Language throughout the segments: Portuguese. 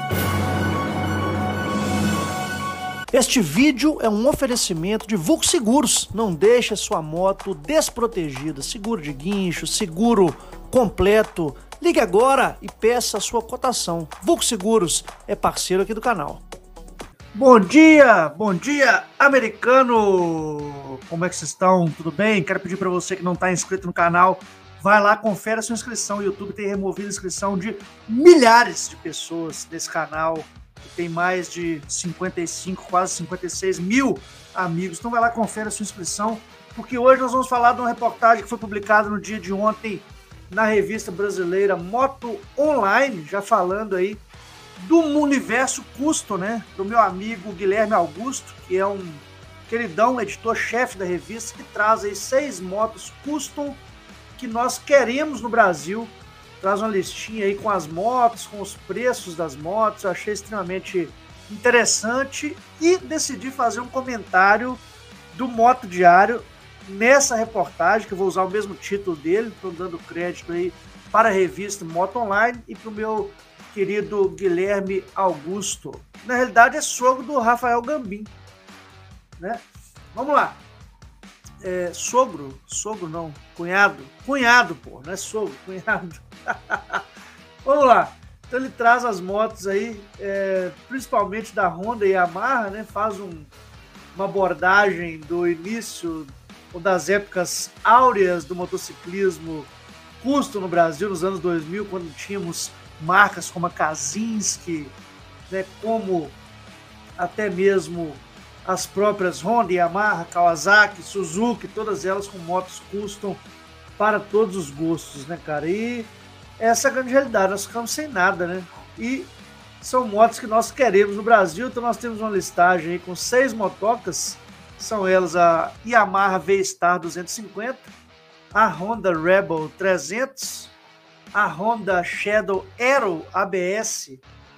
Este vídeo é um oferecimento de Vulco Seguros. Não deixe a sua moto desprotegida. Seguro de guincho, seguro completo. Ligue agora e peça a sua cotação. Vulco Seguros é parceiro aqui do canal. Bom dia americano! Como é que vocês estão? Tudo bem? Quero pedir para você que não está inscrito no canal, vai lá, confere a sua inscrição. O YouTube tem removido a inscrição de milhares de pessoas desse canal, que tem mais de 55, quase 56 mil amigos. Então vai lá, confere a sua inscrição, porque hoje nós vamos falar de uma reportagem que foi publicada no dia de ontem na revista brasileira Moto Online, já falando aí do universo custom, né? Do meu amigo Guilherme Augusto, que é um queridão editor-chefe da revista, que traz aí 6 motos custom que nós queremos no Brasil. Traz uma listinha aí com as motos, com os preços das motos. Eu achei extremamente interessante e decidi fazer um comentário do Moto Diário nessa reportagem, que eu vou usar o mesmo título dele. Estou dando crédito aí para a revista Moto Online e para o meu querido Guilherme Augusto. Na realidade é sogro do Rafael Gambim, né? Vamos lá. Sogro não, cunhado, pô, não é sogro, cunhado. Vamos lá. Então ele traz as motos aí, principalmente da Honda e Yamaha, né? Faz uma abordagem do início ou das épocas áureas do motociclismo custom no Brasil, nos anos 2000, quando tínhamos marcas como a Kazinski, né? Como até mesmo as próprias Honda, Yamaha, Kawasaki, Suzuki, todas elas com motos custom para todos os gostos, né, cara? E essa é a grande realidade, nós ficamos sem nada, né? E são motos que nós queremos no Brasil, então nós temos uma listagem aí com 6 motocas, são elas a Yamaha V-Star 250, a Honda Rebel 300, a Honda Shadow Aero ABS,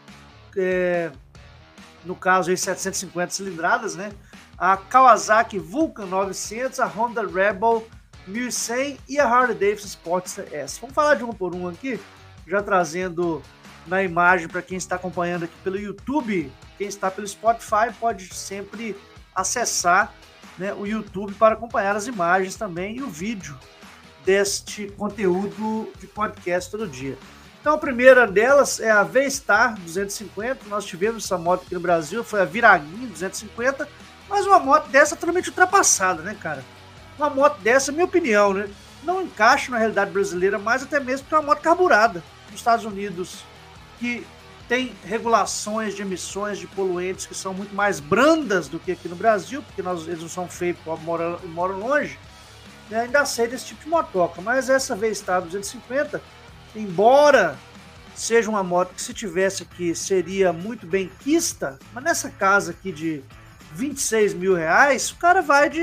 no caso aí 750 cilindradas, né? A Kawasaki Vulcan 900, a Honda Rebel 1100 e a Harley Davidson Sportster S. Vamos falar de um por um aqui, já trazendo na imagem para quem está acompanhando aqui pelo YouTube. Quem está pelo Spotify pode sempre acessar, né, o YouTube para acompanhar as imagens também e o vídeo deste conteúdo de podcast todo dia. Então a primeira delas é a V-Star 250, nós tivemos essa moto aqui no Brasil, foi a Viraguinha 250, mas uma moto dessa totalmente ultrapassada, né, cara? Uma moto dessa, minha opinião, né, não encaixa na realidade brasileira, mas até mesmo porque é uma moto carburada. Nos Estados Unidos, que tem regulações de emissões de poluentes que são muito mais brandas do que aqui no Brasil, porque eles não são feitos, moram longe, né, ainda aceita esse tipo de motoca, mas essa V-Star 250, embora seja uma moto que se tivesse aqui seria muito bem quista, mas nessa casa aqui de 26 mil reais, o cara vai de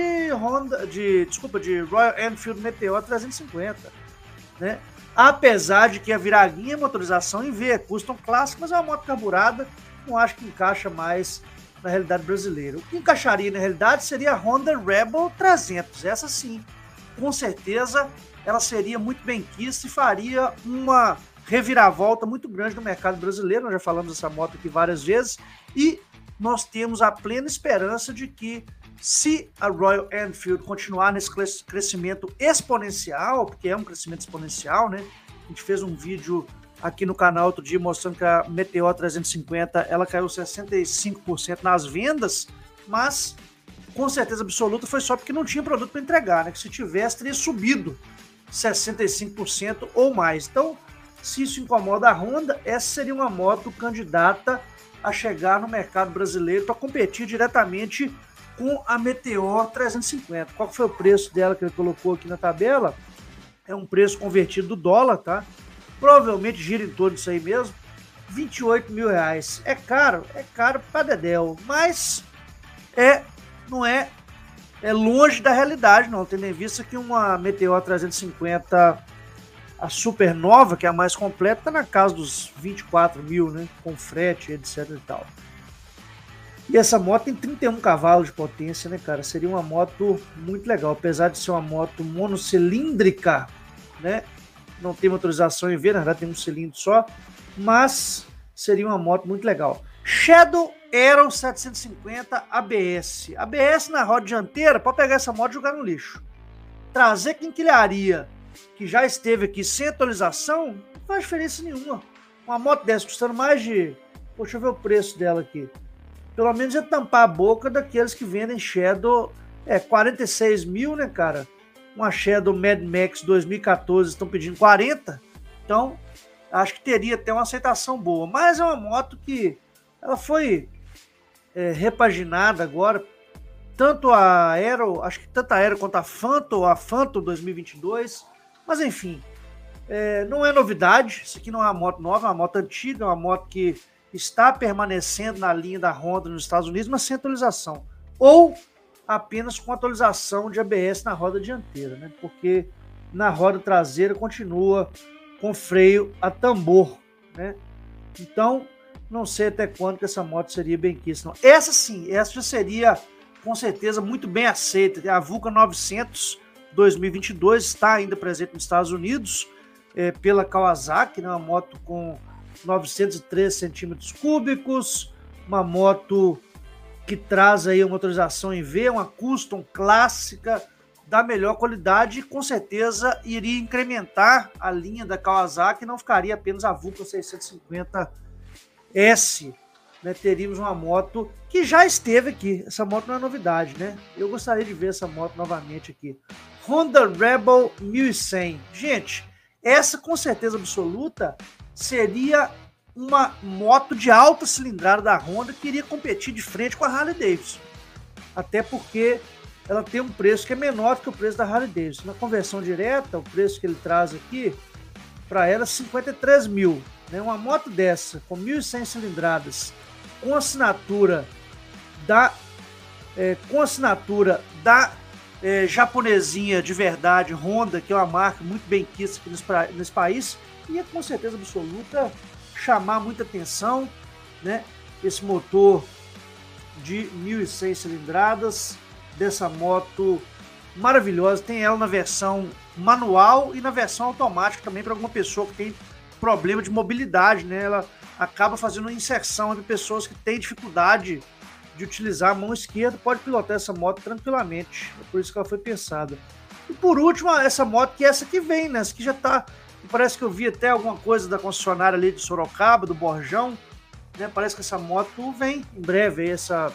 Royal Enfield Meteor 350, né? Apesar de que a Viraguinha é motorização em V, é custom clássico, mas é uma moto carburada, não acho que encaixa mais na realidade brasileira. O que encaixaria na realidade seria a Honda Rebel 300, essa sim, com certeza ela seria muito bem quista e faria uma reviravolta muito grande no mercado brasileiro. Nós já falamos dessa moto aqui várias vezes e nós temos a plena esperança de que, se a Royal Enfield continuar nesse crescimento exponencial, porque é um crescimento exponencial, né? A gente fez um vídeo aqui no canal outro dia mostrando que a Meteor 350 ela caiu 65% nas vendas, mas com certeza absoluta foi só porque não tinha produto para entregar, né? Que se tivesse, teria subido 65% ou mais. Então, se isso incomoda a Honda, essa seria uma moto candidata a chegar no mercado brasileiro para competir diretamente com a Meteor 350. Qual foi o preço dela que ele colocou aqui na tabela? É um preço convertido do dólar, tá? Provavelmente gira em torno disso aí mesmo. 28 mil reais. É caro pra dedéu, mas não é longe da realidade, não, tendo em vista que uma Meteor 350, a super nova, que é a mais completa, tá na casa dos 24 mil, né, com frete, etc e tal. E essa moto tem 31 cavalos de potência, né, cara? Seria uma moto muito legal, apesar de ser uma moto monocilíndrica, né? Não tem motorização em V, na verdade tem um cilindro só, mas seria uma moto muito legal. Shadow Aero 750 ABS. ABS na roda dianteira, pode pegar essa moto e jogar no lixo. Trazer quinquilharia, que já esteve aqui sem atualização, não faz diferença nenhuma. Uma moto dessa custando mais de... Deixa eu ver o preço dela aqui. Pelo menos é tampar a boca daqueles que vendem Shadow 46 mil, né, cara? Uma Shadow Mad Max 2014 estão pedindo 40. Então, acho que teria até uma aceitação boa. Mas é uma moto que ela foi repaginada agora. Tanto a Aero, acho que tanto a Aero quanto a Phantom 2022. Mas enfim, não é novidade. Isso aqui não é uma moto nova, é uma moto antiga, é uma moto que está permanecendo na linha da Honda nos Estados Unidos, mas sem atualização. Ou apenas com atualização de ABS na roda dianteira, né? Porque na roda traseira continua com freio a tambor, né? Então, não sei até quando que essa moto seria benquista. Essa sim, essa já seria com certeza muito bem aceita. A Vulcan 900 2022 está ainda presente nos Estados Unidos pela Kawasaki, né? Uma moto com 903 centímetros cúbicos, uma moto que traz aí uma motorização em V, uma custom clássica da melhor qualidade e com certeza iria incrementar a linha da Kawasaki, não ficaria apenas a Vulcan 650S, né? Teríamos uma moto que já esteve aqui, essa moto não é novidade, né? Eu gostaria de ver essa moto novamente aqui. Honda Rebel 1100. Gente, essa com certeza absoluta seria uma moto de alta cilindrada da Honda que iria competir de frente com a Harley Davidson. Até porque ela tem um preço que é menor do que o preço da Harley Davidson. Na conversão direta, o preço que ele traz aqui, para ela é 53 mil. Né? Uma moto dessa, com 1.100 cilindradas, com assinatura da japonesinha de verdade, Honda, que é uma marca muito bem quista aqui nesse país, ia com certeza absoluta chamar muita atenção, né? Esse motor de 1.100 cilindradas dessa moto maravilhosa. Tem ela na versão manual e na versão automática também para alguma pessoa que tem problema de mobilidade, né? Ela acaba fazendo uma inserção entre pessoas que têm dificuldade de utilizar a mão esquerda, pode pilotar essa moto tranquilamente. É por isso que ela foi pensada. E por último, essa moto que é essa que vem, né? Essa que já tá... Parece que eu vi até alguma coisa da concessionária ali de Sorocaba, do Borjão, né? Parece que essa moto vem em breve, aí, essa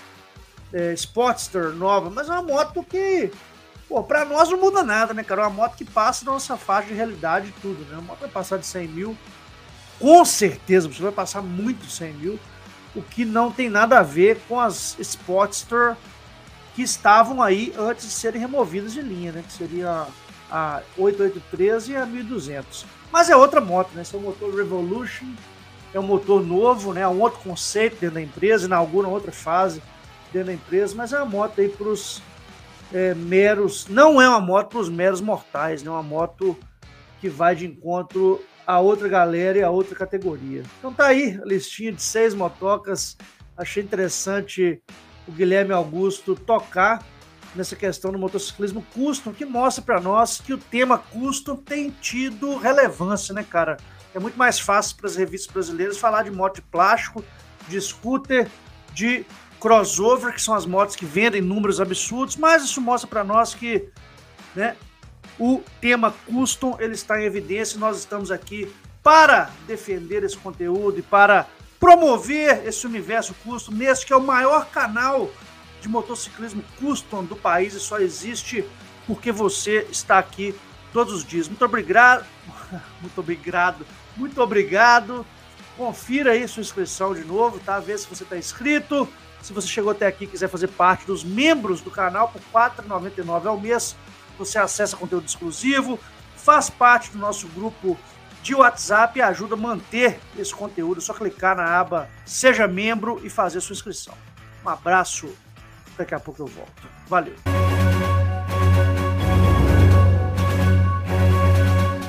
Sportster nova, mas é uma moto que, pô, pra nós não muda nada, né, cara? É uma moto que passa da nossa faixa de realidade e tudo, né? A moto vai passar de 100 mil, com certeza, você vai passar muito de 100 mil, o que não tem nada a ver com as Sportster que estavam aí antes de serem removidas de linha, né? Que seria a 883 e a 1200. Mas é outra moto, né? Esse é o motor Revolution, é um motor novo, né? Um outro conceito dentro da empresa, inaugura uma outra fase dentro da empresa, mas é uma moto aí para os meros... Não é uma moto para os meros mortais, né? É uma moto que vai de encontro a outra galera e a outra categoria. Então tá aí a listinha de 6 motocas. Achei interessante o Guilherme Augusto tocar nessa questão do motociclismo custom, que mostra para nós que o tema custom tem tido relevância, né, cara? É muito mais fácil para as revistas brasileiras falar de moto de plástico, de scooter, de crossover, que são as motos que vendem números absurdos, mas isso mostra para nós que, né, o tema custom ele está em evidência e nós estamos aqui para defender esse conteúdo e para promover esse universo custom nesse que é o maior canal de motociclismo custom do país e só existe porque você está aqui todos os dias. Muito obrigado, muito obrigado. Confira aí sua inscrição de novo, tá? Vê se você está inscrito. Se você chegou até aqui e quiser fazer parte dos membros do canal por R$ 4,99 ao mês, você acessa conteúdo exclusivo, faz parte do nosso grupo de WhatsApp e ajuda a manter esse conteúdo. É só clicar na aba Seja Membro e fazer sua inscrição. Um abraço, daqui a pouco eu volto. Valeu!